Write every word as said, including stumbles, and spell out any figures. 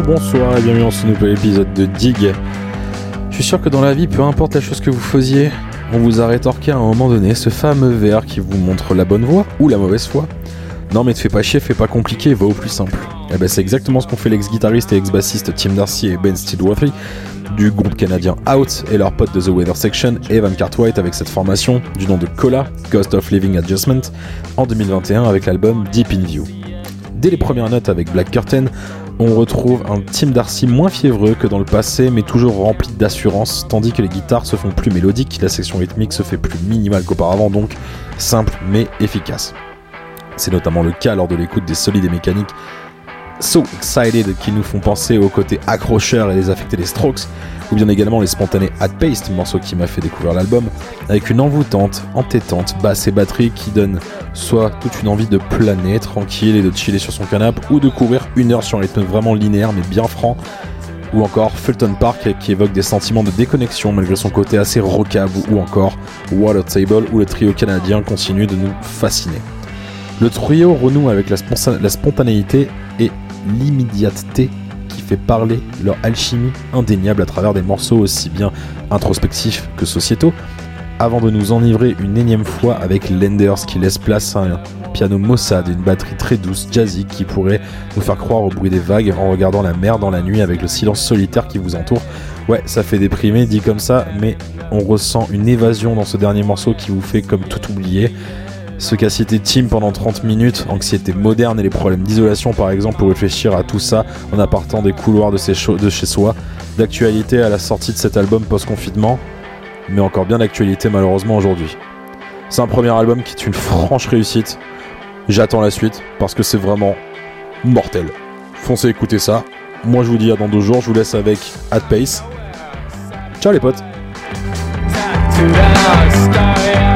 bonsoir et bienvenue dans ce nouvel épisode de Dig. Je suis sûr que dans la vie, peu importe la chose que vous faisiez, on vous a rétorqué à un moment donné ce fameux verre qui vous montre la bonne voie ou la mauvaise foi. Non mais te fais pas chier, fais pas compliqué, va au plus simple. Et ben c'est exactement ce qu'ont fait l'ex-guitariste et ex-bassiste Tim Darcy et Ben Steelworthy du groupe canadien Out et leur pote de The Weather Section, Evan Cartwright, avec cette formation du nom de Cola, Cost of Living Adjustment, en deux mille vingt et un avec l'album Deep in View. Dès les premières notes avec Black Curtain, on retrouve un Tim Darcy moins fiévreux que dans le passé, mais toujours rempli d'assurance, tandis que les guitares se font plus mélodiques, la section rythmique se fait plus minimale qu'auparavant, donc simple mais efficace. C'est notamment le cas lors de l'écoute des solides et mécaniques So Excited qui nous font penser au côté accrocheur et désaffecté des Strokes, ou bien également les spontanés At Paste, morceau qui m'a fait découvrir l'album, avec une envoûtante, entêtante basse et batterie qui donne soit toute une envie de planer tranquille et de chiller sur son canapé, ou de courir une heure sur un rythme vraiment linéaire mais bien franc, ou encore Fulton Park qui évoque des sentiments de déconnexion malgré son côté assez rockab, ou encore Water Table où le trio canadien continue de nous fasciner. Le trio renoue avec la, sponsa- la spontanéité et l'immédiateté qui fait parler leur alchimie indéniable à travers des morceaux aussi bien introspectifs que sociétaux, avant de nous enivrer une énième fois avec Lenders qui laisse place à un piano maussade et une batterie très douce, jazzy, qui pourrait nous faire croire au bruit des vagues en regardant la mer dans la nuit avec le silence solitaire qui vous entoure. Ouais, ça fait déprimer dit comme ça, mais on ressent une évasion dans ce dernier morceau qui vous fait comme tout oublier. Ce qu'a cité Tim pendant trente minutes, anxiété moderne et les problèmes d'isolation par exemple, pour réfléchir à tout ça en appartant des couloirs de, ses cho- de chez soi, d'actualité à la sortie de cet album post-confinement, mais encore bien d'actualité malheureusement aujourd'hui. C'est un premier album qui est une franche réussite, j'attends la suite parce que c'est vraiment mortel. Foncez écouter ça, moi je vous dis à dans deux jours, je vous laisse avec At Pace. Ciao les potes.